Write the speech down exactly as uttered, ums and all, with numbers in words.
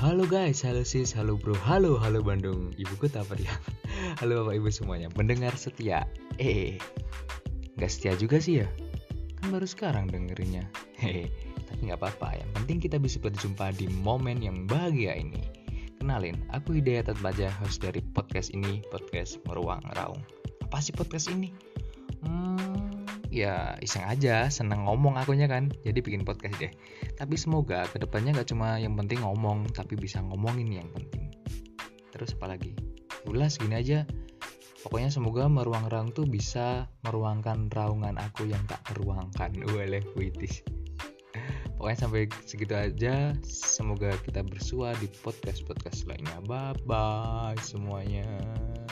Halo guys, halo sis, halo bro, halo, halo Bandung. Ibu kota apa dia? Halo bapak ibu semuanya, pendengar setia. Eh, gak setia juga sih ya? Kan baru sekarang dengerinnya. Hehe, tapi gak apa-apa, yang penting kita bisa berjumpa di momen yang bahagia ini. Kenalin, aku Hidayat Atmaja, host dari podcast ini, podcast Meruang Raung. Apa sih podcast ini? Hmm, ya iseng aja, seneng ngomong akunya kan, jadi bikin podcast deh. Tapi semoga kedepannya gak cuma yang penting ngomong, tapi bisa ngomongin yang penting. Terus apa lagi? Udah segini aja. Pokoknya semoga Meruang Raung tuh bisa meruangkan raungan aku yang tak terruangkan. Waleh puitis. Pokoknya sampai segitu aja. Semoga kita bersua di podcast-podcast lainnya. Bye-bye semuanya.